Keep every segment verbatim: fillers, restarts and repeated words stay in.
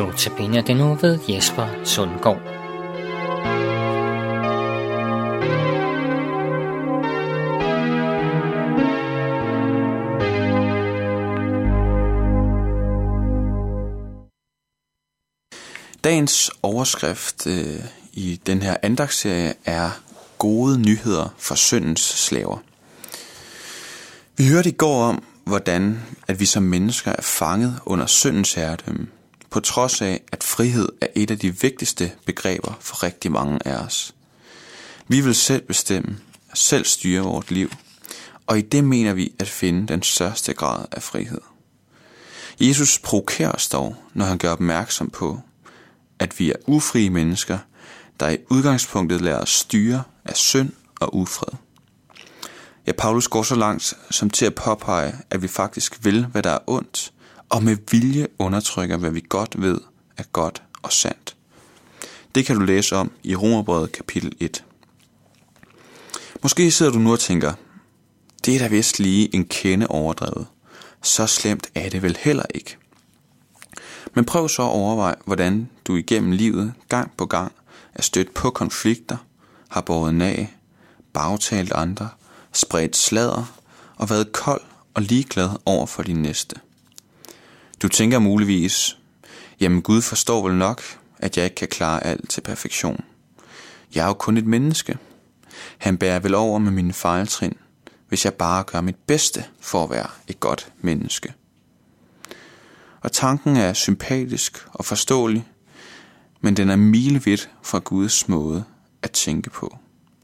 Notabene den nu ved Jesper Sundgaard. Dagens overskrift øh, i den her andagtsserie er gode nyheder for syndens slaver. Vi hørte i går om, hvordan at vi som mennesker er fanget under syndens herredømme, på trods af, at frihed er et af de vigtigste begreber for rigtig mange af os. Vi vil selv bestemme, selv styre vort liv, og i det mener vi at finde den største grad af frihed. Jesus provokerer os dog, når han gør opmærksom på, at vi er ufrie mennesker, der i udgangspunktet lader os styre af synd og ufred. Ja, Paulus går så langt som til at påpege, at vi faktisk vil, hvad der er ondt, og med vilje undertrykker, hvad vi godt ved er godt og sandt. Det kan du læse om i Romerbrevet kapitel et. Måske sidder du nu og tænker, det er da vist lige en kende overdrevet. Så slemt er det vel heller ikke. Men prøv så at overveje, hvordan du igennem livet gang på gang er stødt på konflikter, har båret nag, bagtalt andre, spredt sladder og været kold og ligeglad over for din næste. Du tænker muligvis, jamen Gud forstår vel nok, at jeg ikke kan klare alt til perfektion. Jeg er jo kun et menneske. Han bærer vel over med mine fejltrin, hvis jeg bare gør mit bedste for at være et godt menneske. Og tanken er sympatisk og forståelig, men den er milevidt fra Guds måde at tænke på.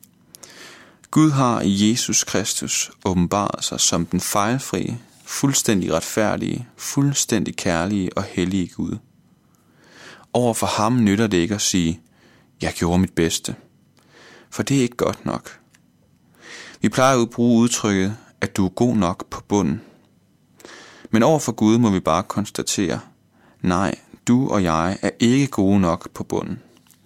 Gud har i Jesus Kristus åbenbaret sig som den fejlfrie, fuldstændig retfærdige, fuldstændig kærlige og hellige Gud. Over for ham nytter det ikke at sige, jeg gjorde mit bedste, for det er ikke godt nok. Vi plejer at bruge udtrykket, at du er god nok på bunden. Men over for Gud må vi bare konstatere, nej, du og jeg er ikke gode nok på bunden.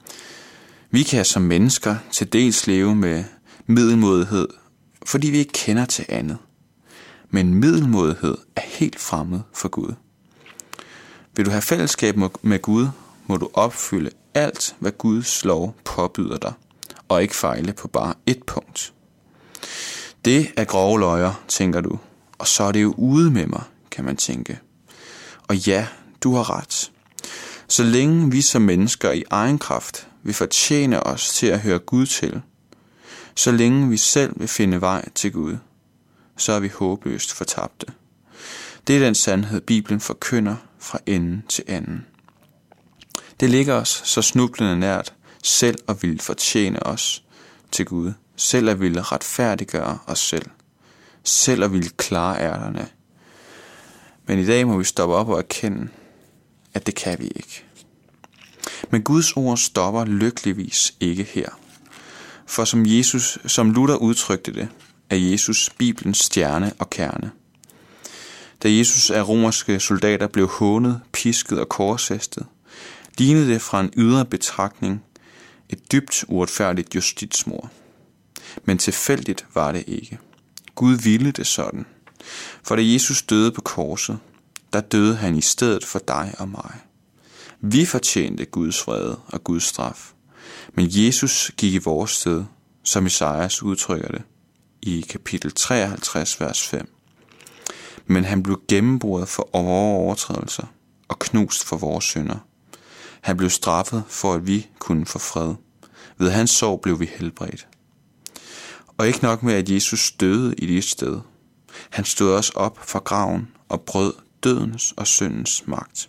Vi kan som mennesker til dels leve med middelmådighed, fordi vi ikke kender til andet. Men middelmådighed er helt fremmed for Gud. Vil du have fællesskab med Gud, må du opfylde alt, hvad Guds lov påbyder dig, og ikke fejle på bare ét punkt. Det er grove løjer, tænker du, og så er det jo ude med mig, kan man tænke. Og ja, du har ret. Så længe vi som mennesker i egen kraft vil fortjene os til at høre Gud til, så længe vi selv vil finde vej til Gud, så er vi håbløst fortabte. Det er den sandhed, Bibelen forkynder fra ende til anden. Det ligger os så snublende nært selv at ville fortjene os til Gud, selv at ville retfærdiggøre os selv, selv at ville klare ærterne. Men i dag må vi stoppe op og erkende, at det kan vi ikke. Men Guds ord stopper lykkeligvis ikke her. For som Jesus, som Luther udtrykte det, er Jesus Bibelens stjerne og kerne. Da Jesus af romerske soldater blev hånet, pisket og korsfæstet, lignede det fra en ydre betragtning et dybt uretfærdigt justitsmord. Men tilfældigt var det ikke. Gud ville det sådan. For da Jesus døde på korset, der døde han i stedet for dig og mig. Vi fortjente Guds vrede og Guds straf. Men Jesus gik i vores sted, som Esajas udtrykker det, i kapitel treoghalvtreds, vers fem. Men han blev gennemboret for vores overtrædelser og knust for vores synder. Han blev straffet for, at vi kunne få fred. Ved hans sorg blev vi helbredt. Og ikke nok med, at Jesus døde i dit sted. Han stod os op fra graven og brød dødens og syndens magt.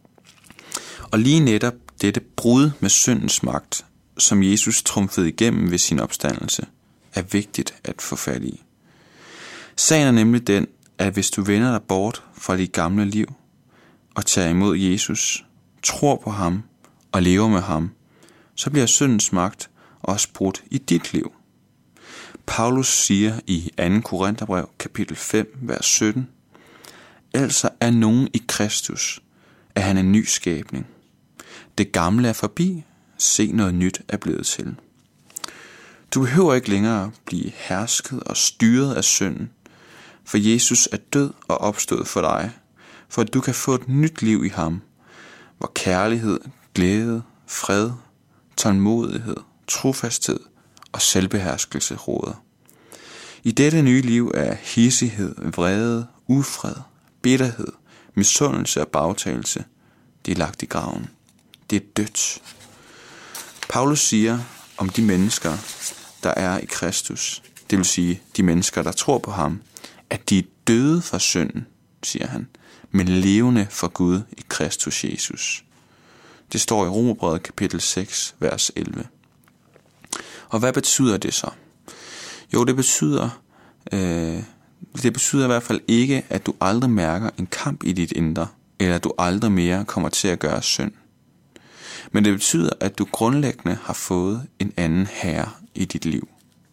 Og lige netop dette brud med syndens magt, som Jesus trumfede igennem ved sin opstandelse, er vigtigt at få fat i. Sagen er nemlig den, at hvis du vender dig bort fra dit gamle liv og tager imod Jesus, tror på ham og lever med ham, så bliver syndens magt også brudt i dit liv. Paulus siger i anden Korintherbrev kapitel fem, vers sytten, altså er nogen i Kristus, at han er en ny skabning. Det gamle er forbi, se noget nyt er blevet til. Du behøver ikke længere blive hersket og styret af synden, for Jesus er død og opstået for dig, for at du kan få et nyt liv i ham, hvor kærlighed, glæde, fred, tålmodighed, trofasthed og selvbeherskelse råder. I dette nye liv er hissighed, vrede, ufred, bitterhed, misundelse og bagtagelse, det er lagt i graven. Det er dødt. Paulus siger om de mennesker, der er i Kristus, det vil sige de mennesker, der tror på ham, at de er døde for synden, siger han, men levende for Gud i Kristus Jesus. Det står i Romerbrevet kapitel seks, vers elleve. Og hvad betyder det så? Jo, det betyder, øh, det betyder i hvert fald ikke, at du aldrig mærker en kamp i dit indre, eller at du aldrig mere kommer til at gøre synd. Men det betyder, at du grundlæggende har fået en anden herre i dit liv.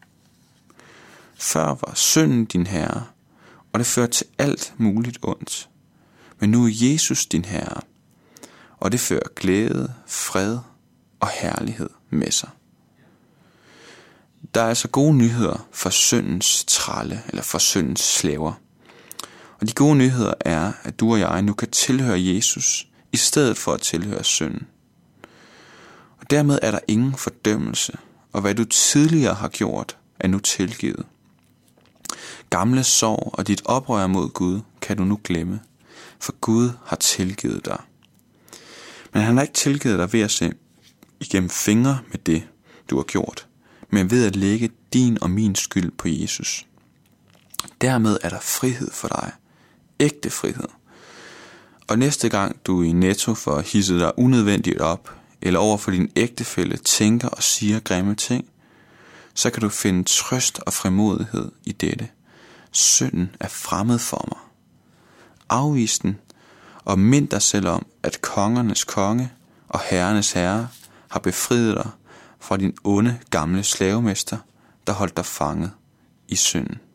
Før var synden din herre, og det førte til alt muligt ondt. Men nu er Jesus din herre, og det fører glæde, fred og herlighed med sig. Der er altså gode nyheder for syndens tralle, eller for syndens slaver. Og de gode nyheder er, at du og jeg nu kan tilhøre Jesus, i stedet for at tilhøre synden. Og dermed er der ingen fordømmelse, og hvad du tidligere har gjort, er nu tilgivet. Gamle sorg og dit oprør mod Gud kan du nu glemme, for Gud har tilgivet dig. Men han har ikke tilgivet dig ved at se igennem fingre med det, du har gjort, men ved at lægge din og min skyld på Jesus. Dermed er der frihed for dig. Ægte frihed. Og næste gang du i Netto får hisset dig unødvendigt op, eller over for din ægtefælle tænker og siger grimme ting, så kan du finde trøst og frimodighed i dette. Synden er fremmed for mig. Afvis den, og mind dig selv om, at kongernes konge og herrenes herre har befriet dig fra din onde gamle slavemester, der holdt dig fanget i synden.